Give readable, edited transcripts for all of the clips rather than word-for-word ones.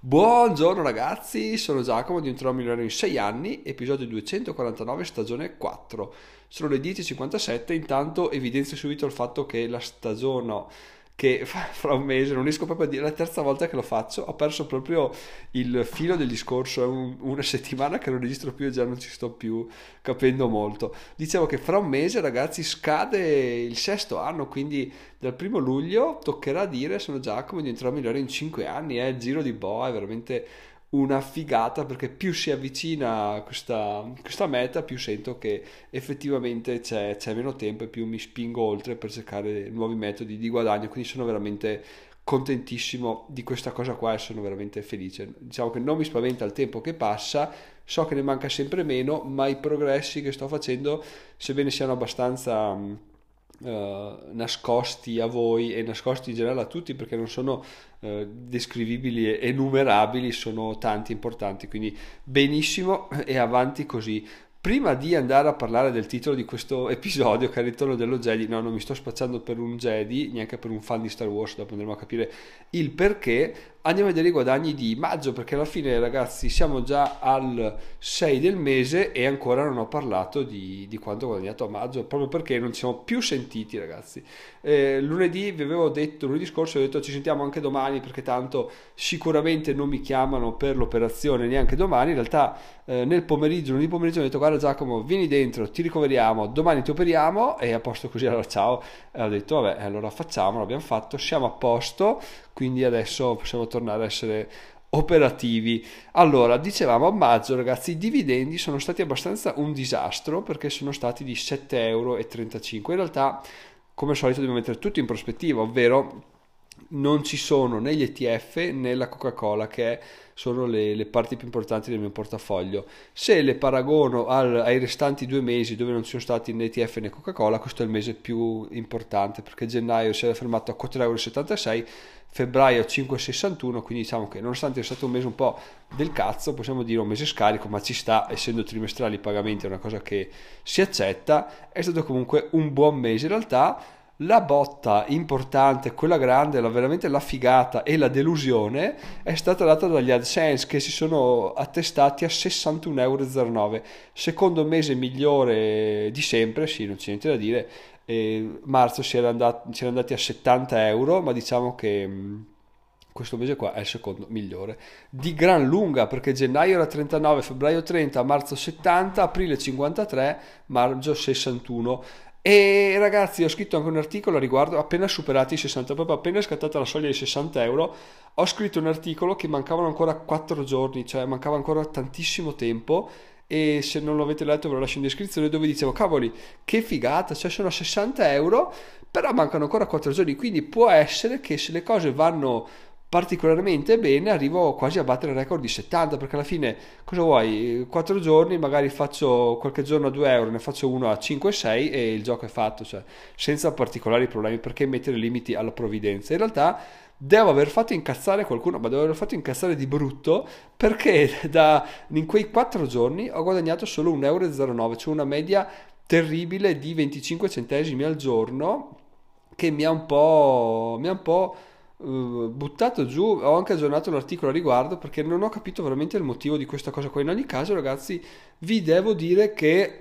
Buongiorno ragazzi, sono Giacomo, diventerò migliore in 6 anni, episodio 249, stagione 4. Sono le 10:57, intanto evidenzio subito il fatto che la stagione che fra un mese, non riesco proprio a dire, è la terza volta che lo faccio, ho perso proprio il filo del discorso, è una settimana che non registro più e già non ci sto più capendo molto. Dicevo che fra un mese ragazzi scade il sesto anno, quindi dal 1° luglio toccherà dire sono Giacomo e diventerò migliore in 5 anni, il giro di boa è veramente una figata perché più si avvicina a questa meta, più sento che effettivamente c'è meno tempo e più mi spingo oltre per cercare nuovi metodi di guadagno, quindi sono veramente contentissimo di questa cosa qua e sono veramente felice. Diciamo che non mi spaventa il tempo che passa, so che ne manca sempre meno, ma i progressi che sto facendo, sebbene siano abbastanza nascosti a voi e nascosti in generale a tutti perché non sono descrivibili e enumerabili, sono tanti importanti, quindi benissimo e avanti così. Prima di andare a parlare del titolo di questo episodio, che è il ritorno dello Jedi, no, non mi sto spacciando per un Jedi, neanche per un fan di Star Wars, dopo andremo a capire il perché. Andiamo a vedere i guadagni di maggio, perché alla fine, ragazzi, siamo già al 6 del mese e ancora non ho parlato di quanto ho guadagnato a maggio, proprio perché non ci siamo più sentiti, ragazzi. Lunedì vi avevo detto, lunedì scorso vi ho detto ci sentiamo anche domani, perché tanto sicuramente non mi chiamano per l'operazione neanche domani. In realtà nel pomeriggio, lunedì pomeriggio, ho detto guarda Giacomo, vieni dentro, ti ricoveriamo, domani ti operiamo e a posto così, allora ciao. E ho detto vabbè, allora facciamo, l'abbiamo fatto, siamo a posto, quindi adesso possiamo tornare a essere operativi. Allora, dicevamo a maggio, ragazzi, i dividendi sono stati abbastanza un disastro perché sono stati di 7,35 euro. In realtà, come al solito, devo mettere tutto in prospettiva, ovvero non ci sono né gli ETF né la Coca-Cola, che sono le parti più importanti del mio portafoglio. Se le paragono ai restanti 2 mesi dove non ci sono stati né ETF né Coca-Cola, questo è il mese più importante perché gennaio si era fermato a 4,76 euro, febbraio 5,61, quindi diciamo che nonostante sia stato un mese un po' del cazzo, possiamo dire un mese scarico, ma ci sta, essendo trimestrali i pagamenti è una cosa che si accetta, è stato comunque un buon mese. In realtà la botta importante, quella grande, veramente la figata e la delusione è stata data dagli AdSense, che si sono attestati a 61,09 euro, secondo mese migliore di sempre, sì, non c'è niente da dire. Marzo si era andati a 70 euro, ma diciamo che questo mese qua è il secondo migliore di gran lunga, perché gennaio era 39, febbraio 30, marzo 70, aprile 53, maggio 61. E ragazzi, ho scritto anche un articolo a riguardo, appena superati i 60, proprio appena scattata la soglia dei 60 euro, ho scritto un articolo che mancavano ancora 4 giorni, cioè mancava ancora tantissimo tempo, e se non lo avete letto ve lo lascio in descrizione, dove dicevo cavoli che figata, cioè sono a 60 euro però mancano ancora 4 giorni, quindi può essere che se le cose vanno particolarmente bene arrivo quasi a battere il record di 70, perché alla fine cosa vuoi, 4 giorni magari faccio qualche giorno a 2 euro, ne faccio uno a 5-6 e il gioco è fatto, cioè senza particolari problemi. Perché mettere limiti alla provvidenza? In realtà devo aver fatto incazzare qualcuno, ma devo aver fatto incazzare di brutto, perché in quei 4 giorni ho guadagnato solo 1,09 euro, cioè una media terribile di 25 centesimi al giorno, che mi ha un po' buttato giù. Ho anche aggiornato l'articolo a riguardo perché non ho capito veramente il motivo di questa cosa qua. In ogni caso, ragazzi, vi devo dire che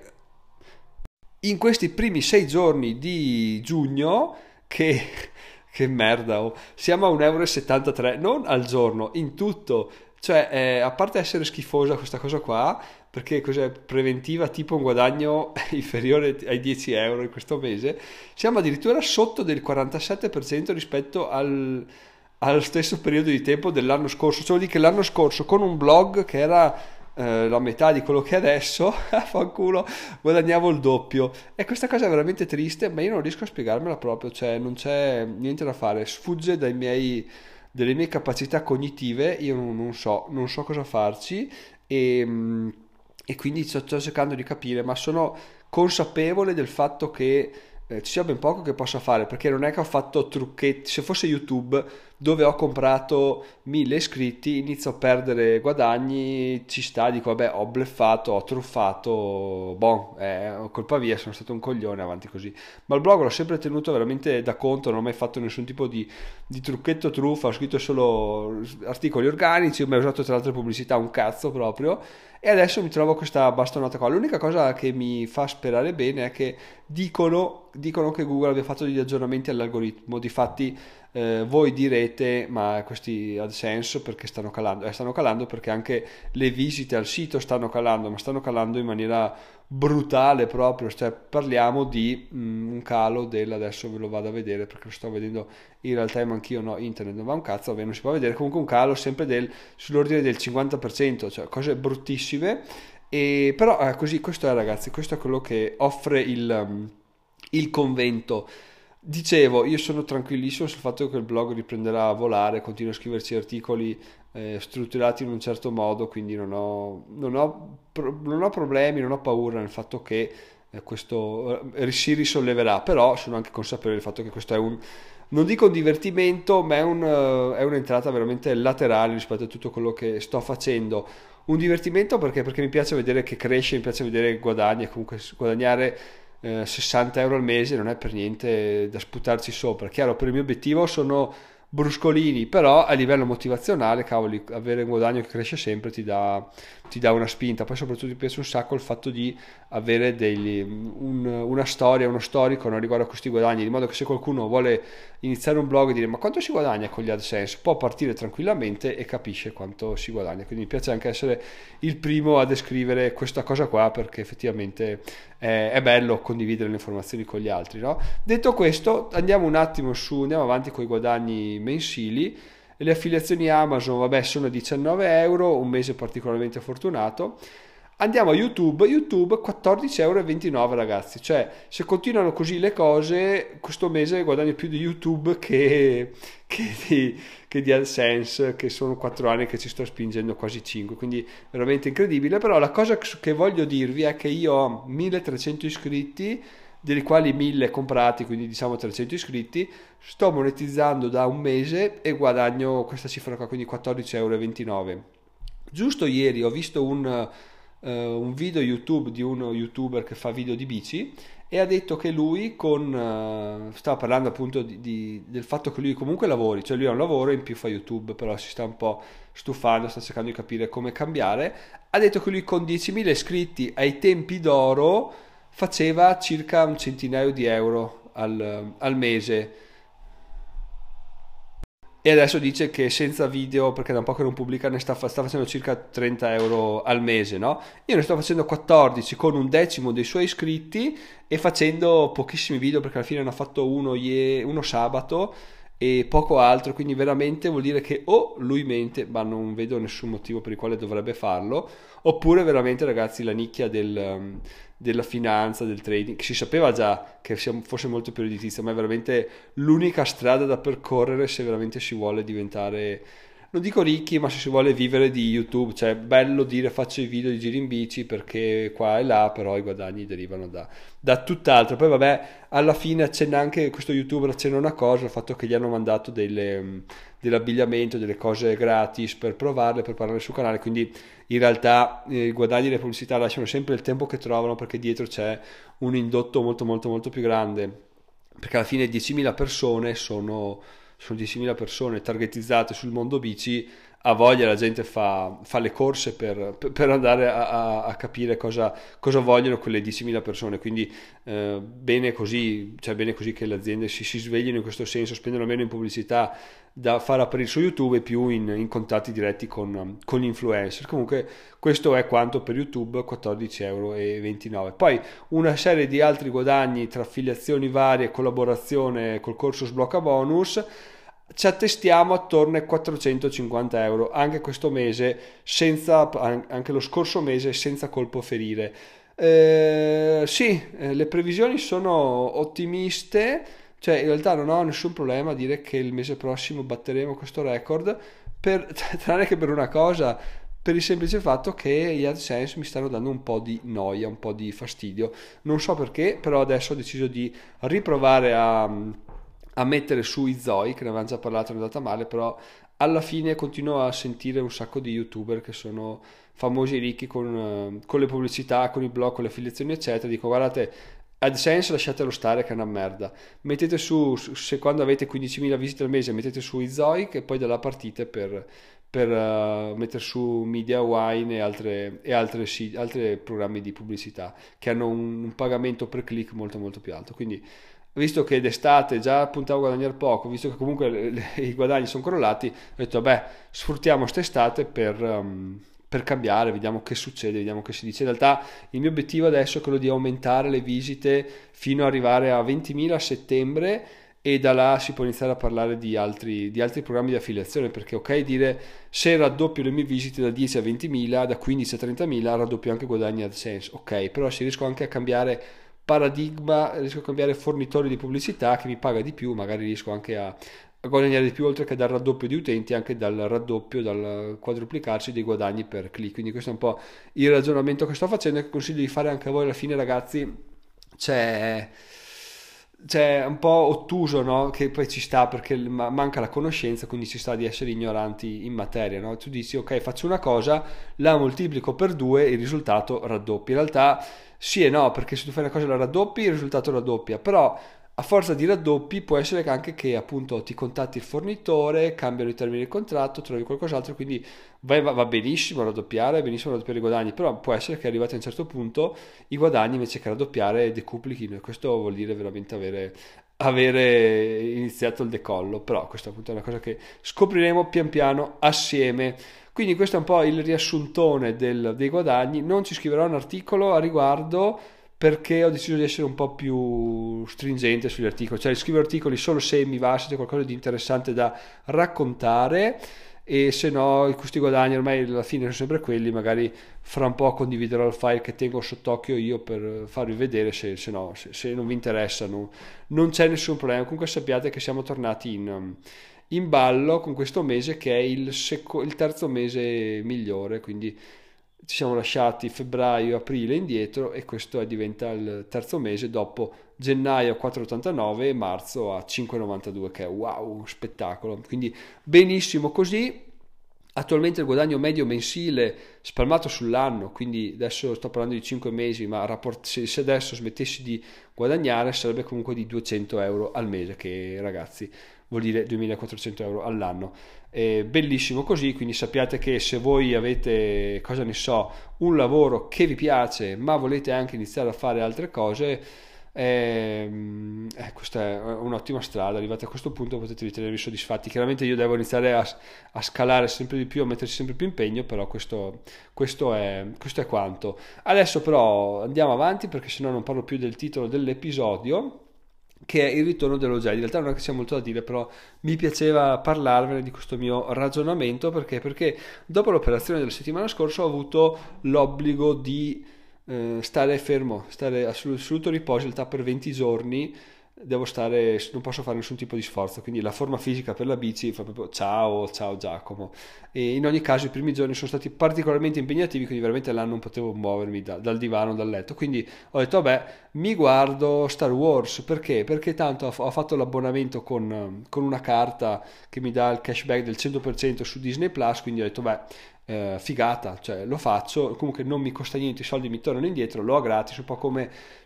in questi primi 6 giorni di giugno, che merda, oh, siamo a 1,73 euro, non al giorno, in tutto. Cioè, a parte essere schifosa questa cosa qua, perché cos'è preventiva, tipo un guadagno inferiore ai 10 euro in questo mese, siamo addirittura sotto del 47% rispetto allo stesso periodo di tempo dell'anno scorso. Cioè vuol dire che l'anno scorso con un blog che era la metà di quello che è adesso, fanculo, guadagnavo il doppio. E questa cosa è veramente triste, ma io non riesco a spiegarmela proprio, cioè non c'è niente da fare, sfugge delle mie capacità cognitive, io non so cosa farci e, e quindi sto cercando di capire, ma sono consapevole del fatto che ci sia ben poco che possa fare, perché non è che ho fatto trucchetti. Se fosse YouTube dove ho comprato 1000 iscritti, inizio a perdere guadagni, ci sta, dico vabbè, ho bleffato, ho truffato, boh, colpa mia, sono stato un coglione, avanti così. Ma il blog l'ho sempre tenuto veramente da conto, non ho mai fatto nessun tipo di trucchetto truffa, ho scritto solo articoli organici, ho mai usato tra l'altro pubblicità un cazzo proprio, e adesso mi trovo questa bastonata qua. L'unica cosa che mi fa sperare bene è che dicono che Google abbia fatto degli aggiornamenti all'algoritmo. Difatti voi direte ma questi AdSense perché stanno calando? Stanno calando perché anche le visite al sito stanno calando, ma stanno calando in maniera brutale proprio, cioè parliamo di un calo adesso ve lo vado a vedere perché lo sto vedendo in real time anch'io, no, internet non va un cazzo, vabbè, non si può vedere, comunque un calo sempre sull'ordine del 50%, cioè cose bruttissime, e però così, questo è ragazzi, questo è quello che offre il convento. Dicevo, io sono tranquillissimo sul fatto che il blog riprenderà a volare, continuo a scriverci articoli strutturati in un certo modo, quindi non ho problemi, non ho paura nel fatto che questo si risolleverà, però sono anche consapevole del fatto che questo è non dico un divertimento, ma è un'entrata veramente laterale rispetto a tutto quello che sto facendo. Un divertimento perché mi piace vedere che cresce, mi piace vedere che guadagna, comunque guadagnare 60 euro al mese non è per niente da sputarci sopra. Chiaro, per il mio obiettivo sono bruscolini, però a livello motivazionale, cavoli, avere un guadagno che cresce sempre ti dà una spinta. Poi soprattutto mi piace un sacco il fatto di avere una storia, uno storico, no, riguardo a questi guadagni, di modo che se qualcuno vuole iniziare un blog e dire ma quanto si guadagna con gli AdSense, può partire tranquillamente e capisce quanto si guadagna. Quindi mi piace anche essere il primo a descrivere questa cosa qua, perché effettivamente è bello condividere le informazioni con gli altri, no? Detto questo, andiamo avanti con i guadagni mensili. Le affiliazioni Amazon, vabbè, sono 19 euro, un mese particolarmente fortunato. Andiamo a YouTube, 14,29 euro ragazzi, cioè se continuano così le cose, questo mese guadagno più di YouTube che di AdSense, che sono 4 anni che ci sto spingendo, quasi 5, quindi veramente incredibile. Però la cosa che voglio dirvi è che io ho 1300 iscritti, dei quali 1000 comprati, quindi diciamo 300 iscritti, sto monetizzando da un mese e guadagno questa cifra qua, quindi 14,29 euro. Giusto ieri ho visto un video YouTube di uno youtuber che fa video di bici e ha detto che lui stava parlando appunto del fatto che lui comunque lavori, cioè lui ha un lavoro e in più fa YouTube, però si sta un po' stufando, sta cercando di capire come cambiare. Ha detto che lui con 10.000 iscritti ai tempi d'oro faceva circa un centinaio di euro al mese, e adesso dice che senza video, perché da un po' che non pubblica, ne sta facendo circa 30 euro al mese, no? Io ne sto facendo 14 con un decimo dei suoi iscritti e facendo pochissimi video, perché alla fine ne ha fatto uno sabato e poco altro, quindi veramente vuol dire che o lui mente, ma non vedo nessun motivo per il quale dovrebbe farlo, oppure veramente ragazzi la nicchia della finanza, del trading, che si sapeva già che fosse molto più redditizia, ma è veramente l'unica strada da percorrere se veramente si vuole diventare, non dico ricchi, ma se si vuole vivere di YouTube. Cioè bello dire faccio i video di giri in bici perché qua e là, però i guadagni derivano da tutt'altro. Poi vabbè, alla fine accenna anche questo youtuber, accenna una cosa, il fatto che gli hanno mandato dell'abbigliamento, delle cose gratis per provarle, per parlarne sul canale, quindi in realtà i guadagni delle pubblicità lasciano sempre il tempo che trovano, perché dietro c'è un indotto molto molto molto più grande, perché alla fine 10.000 persone sono 10.000 persone targetizzate sul mondo bici. A voglia la gente fa le corse per andare a capire cosa vogliono quelle 10.000 persone, quindi bene così, cioè bene così che le aziende si sveglino in questo senso, spendono meno in pubblicità da far apparire su YouTube e più in contatti diretti con gli influencer. Comunque questo è quanto per YouTube, 14,29 euro. Poi una serie di altri guadagni tra affiliazioni varie, collaborazione col corso Sblocca Bonus. Ci attestiamo attorno ai 450 euro anche questo mese, anche lo scorso mese senza colpo ferire. Sì, le previsioni sono ottimiste, cioè in realtà non ho nessun problema a dire che il mese prossimo batteremo questo record, tranne che per una cosa, per il semplice fatto che gli AdSense mi stanno dando un po' di noia, un po' di fastidio. Non so perché, però adesso ho deciso di riprovare a mettere su i Zoi, che ne avevamo già parlato, non è andata male, però alla fine continuo a sentire un sacco di YouTuber che sono famosi e ricchi con le pubblicità, con i blog, con le affiliazioni, eccetera. Dico, guardate, AdSense lasciatelo stare che è una merda. Mettete se quando avete 15.000 visite al mese, mettete su i Zoi, che poi dalla partite per mettere su MediaWine altri programmi di pubblicità che hanno un pagamento per click molto molto più alto. Quindi, visto che d'estate già puntavo a guadagnare poco, visto che comunque i guadagni sono crollati, ho detto, vabbè, sfruttiamo quest'estate per cambiare, vediamo che succede, vediamo che si dice. In realtà il mio obiettivo adesso è quello di aumentare le visite fino ad arrivare a 20.000 a settembre, e da là si può iniziare a parlare di altri programmi di affiliazione, perché ok dire se raddoppio le mie visite da 10 a 20.000, da 15 a 30.000, raddoppio anche guadagni AdSense, ok, però se riesco anche a cambiare paradigma, riesco a cambiare fornitore di pubblicità che mi paga di più, magari riesco anche a guadagnare di più, oltre che dal raddoppio di utenti, anche dal quadruplicarsi dei guadagni per click. Quindi questo è un po' il ragionamento che sto facendo e che consiglio di fare anche a voi alla fine, ragazzi. C'è un po' ottuso, no? Che poi ci sta perché manca la conoscenza, quindi ci sta di essere ignoranti in materia, no? Tu dici, ok, faccio una cosa, la moltiplico per due, il risultato raddoppia. In realtà sì e no, perché se tu fai una cosa e la raddoppi, il risultato raddoppia, però a forza di raddoppi può essere anche che appunto ti contatti il fornitore, cambiano i termini del contratto, trovi qualcos'altro, quindi va benissimo raddoppiare i guadagni, però può essere che arrivati a un certo punto i guadagni invece che raddoppiare decuplichino, e questo vuol dire veramente avere iniziato il decollo, però questa appunto è una cosa che scopriremo pian piano assieme. Quindi questo è un po' il riassuntone dei guadagni. Non ci scriverò un articolo a riguardo perché ho deciso di essere un po' più stringente sugli articoli, cioè scrivo articoli solo se mi va, se c'è qualcosa di interessante da raccontare, e se no questi guadagni ormai alla fine sono sempre quelli. Magari fra un po' condividerò il file che tengo sott'occhio io per farvi vedere, se non vi interessano, non c'è nessun problema. Comunque sappiate che siamo tornati in ballo con questo mese, che è il terzo mese migliore, quindi ci siamo lasciati febbraio, aprile indietro, e questo diventa il terzo mese dopo gennaio a 4,89 e marzo a 5,92, che è wow, un spettacolo. Quindi benissimo così. Attualmente il guadagno medio mensile spalmato sull'anno, quindi adesso sto parlando di 5 mesi, ma se adesso smettessi di guadagnare sarebbe comunque di 200 euro al mese, che ragazzi vuol dire 2400 euro all'anno. Bellissimo così, quindi sappiate che se voi avete, cosa ne so, un lavoro che vi piace ma volete anche iniziare a fare altre cose, questa è un'ottima strada. Arrivati a questo punto potete ritenervi soddisfatti. Chiaramente io devo iniziare a scalare sempre di più, a metterci sempre più impegno, però questo è quanto. Adesso però andiamo avanti, perché sennò non parlo più del titolo dell'episodio, che è il ritorno dello Jedi. In realtà non è che sia molto da dire, però mi piaceva parlarvene di questo mio ragionamento, perché dopo l'operazione della settimana scorsa ho avuto l'obbligo di stare fermo, stare assoluto riposo, in realtà per 20 giorni devo stare, non posso fare nessun tipo di sforzo, quindi la forma fisica per la bici fa proprio ciao Giacomo. E in ogni caso i primi giorni sono stati particolarmente impegnativi, quindi veramente là non potevo muovermi dal divano, dal letto, quindi ho detto vabbè, mi guardo Star Wars. Perché tanto ho fatto l'abbonamento con una carta che mi dà il cashback del 100% su Disney Plus, quindi ho detto beh, figata, cioè lo faccio, comunque non mi costa niente, i soldi mi tornano indietro, lo ho gratis, un po' come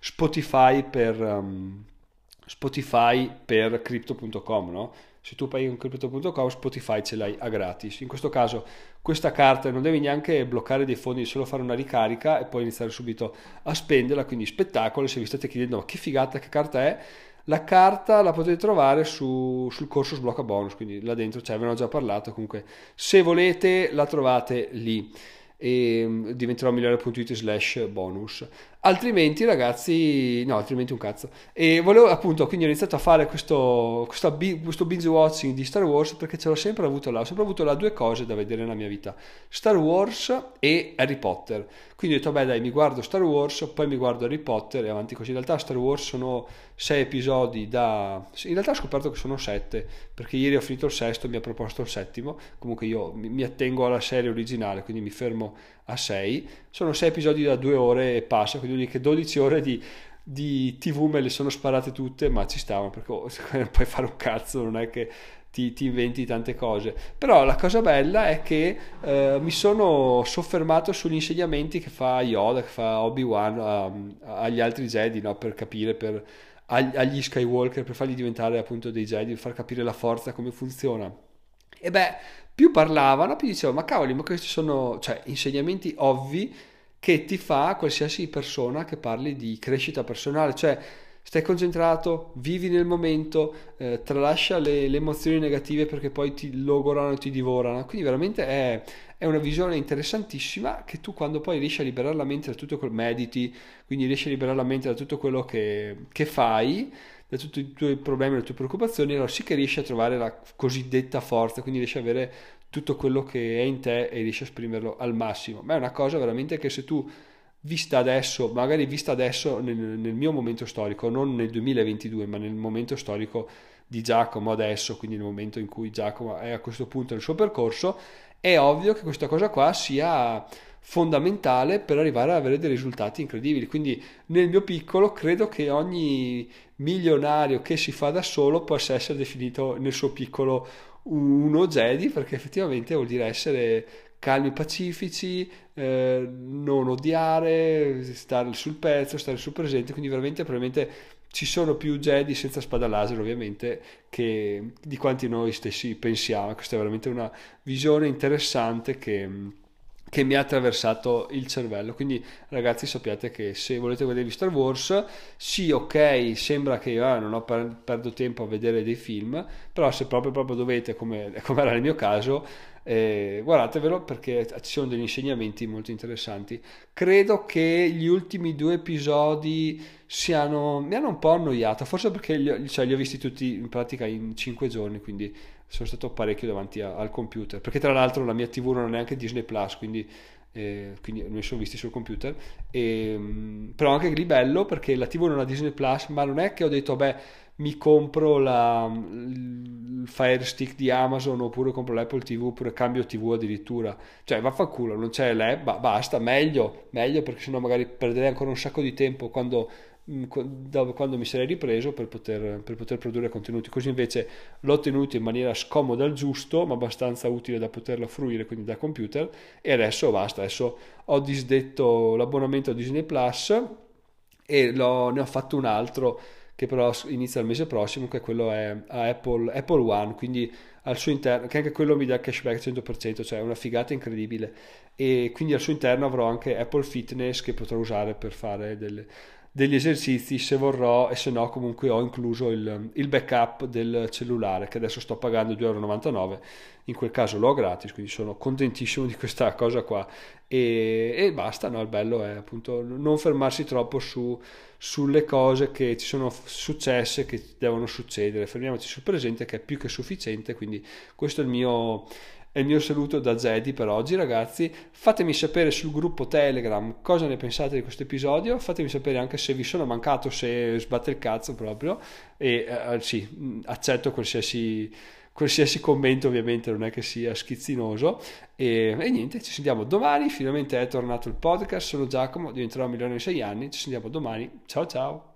Spotify per crypto.com, no? Se tu paghi con crypto.com, Spotify ce l'hai a gratis. In questo caso questa carta non devi neanche bloccare dei fondi, solo fare una ricarica e poi iniziare subito a spenderla, quindi spettacolo. Se vi state chiedendo ma che figata, che carta è, la carta la potete trovare sul corso Sblocca Bonus, quindi là dentro ve ne ho già parlato. Comunque se volete la trovate lì, e diventerò migliore.it/bonus. Altrimenti ragazzi, no, altrimenti un cazzo. E volevo appunto, quindi ho iniziato a fare questo binge watching di Star Wars, perché ce l'ho sempre avuto là, ho sempre avuto là due cose da vedere nella mia vita: Star Wars e Harry Potter. Quindi ho detto beh dai, mi guardo Star Wars, poi mi guardo Harry Potter e avanti così. In realtà Star Wars sono 6 episodi in realtà ho scoperto che sono 7, perché ieri ho finito il sesto e mi ha proposto il settimo. Comunque io mi attengo alla serie originale, quindi mi fermo a 6. Sono 6 episodi da 2 ore e passa, quindi vuol dire che 12 ore di TV me le sono sparate tutte, ma ci stavano perché puoi fare un cazzo, non è che ti inventi tante cose. Però la cosa bella è che mi sono soffermato sugli insegnamenti che fa Yoda, che fa Obi-Wan agli altri Jedi, no? Per capire, agli Skywalker, per farli diventare appunto dei Jedi, per far capire la forza, come funziona. E beh, più parlavano, più dicevo, ma cavoli, ma questi sono, cioè, insegnamenti ovvi che ti fa qualsiasi persona che parli di crescita personale, cioè stai concentrato, vivi nel momento, tralascia le emozioni negative perché poi ti logorano e ti divorano. Quindi veramente è una visione interessantissima che tu quando poi riesci a liberare la mente da tutto quel mediti, quindi riesci a liberare la mente da tutto quello che fai, da tutti i tuoi problemi, le tue preoccupazioni, allora sì che riesci a trovare la cosiddetta forza, quindi riesci a avere tutto quello che è in te e riesci a esprimerlo al massimo. Ma è una cosa veramente che se tu vista adesso, magari vista adesso nel mio momento storico, non nel 2022, ma nel momento storico di Giacomo adesso, quindi nel momento in cui Giacomo è a questo punto nel suo percorso, è ovvio che questa cosa qua sia fondamentale per arrivare ad avere dei risultati incredibili. Quindi nel mio piccolo credo che ogni milionario che si fa da solo possa essere definito nel suo piccolo uno Jedi, perché effettivamente vuol dire essere calmi, pacifici, non odiare, stare sul pezzo, stare sul presente, quindi veramente probabilmente ci sono più Jedi senza spada laser ovviamente di quanti noi stessi pensiamo. Questa è veramente una visione interessante che mi ha attraversato il cervello. Quindi ragazzi, sappiate che se volete vedervi Star Wars, sì, ok, sembra che non ho perdo tempo a vedere dei film, però se proprio dovete, come era nel mio caso, guardatevelo perché ci sono degli insegnamenti molto interessanti. Credo che gli ultimi due episodi mi hanno un po' annoiato, forse perché li ho visti tutti in pratica in 5 giorni, quindi sono stato parecchio davanti al computer, perché tra l'altro la mia TV non è neanche Disney Plus, quindi me li sono visti sul computer, però anche lì bello perché la TV non ha Disney Plus, ma non è che ho detto vabbè mi compro il Fire Stick di Amazon oppure compro l'Apple TV oppure cambio TV addirittura, cioè vaffanculo, non c'è l'app, basta, meglio perché sennò magari perderei ancora un sacco di tempo quando mi sarei ripreso per poter produrre contenuti. Così invece l'ho tenuto in maniera scomoda al giusto, ma abbastanza utile da poterlo fruire, quindi da computer, e adesso basta, adesso ho disdetto l'abbonamento a Disney Plus e ne ho fatto un altro che però inizia il mese prossimo, che quello è a Apple One, quindi al suo interno, che anche quello mi dà cashback 100%, cioè è una figata incredibile, e quindi al suo interno avrò anche Apple Fitness che potrò usare per fare degli esercizi se vorrò, e se no comunque ho incluso il backup del cellulare che adesso sto pagando 2,99 €, in quel caso l'ho gratis, quindi sono contentissimo di questa cosa qua, e basta, no? Il bello è appunto non fermarsi troppo sulle cose che ci sono successe, che devono succedere, fermiamoci sul presente che è più che sufficiente. Quindi questo è il mio saluto da Zedi per oggi, ragazzi. Fatemi sapere sul gruppo Telegram cosa ne pensate di questo episodio, fatemi sapere anche se vi sono mancato, se sbatte il cazzo proprio, e sì, accetto qualsiasi commento, ovviamente non è che sia schizzinoso, e niente, ci sentiamo domani, finalmente è tornato il podcast, sono Giacomo, diventerò 1.000.000 in 6 anni, ci sentiamo domani, ciao ciao.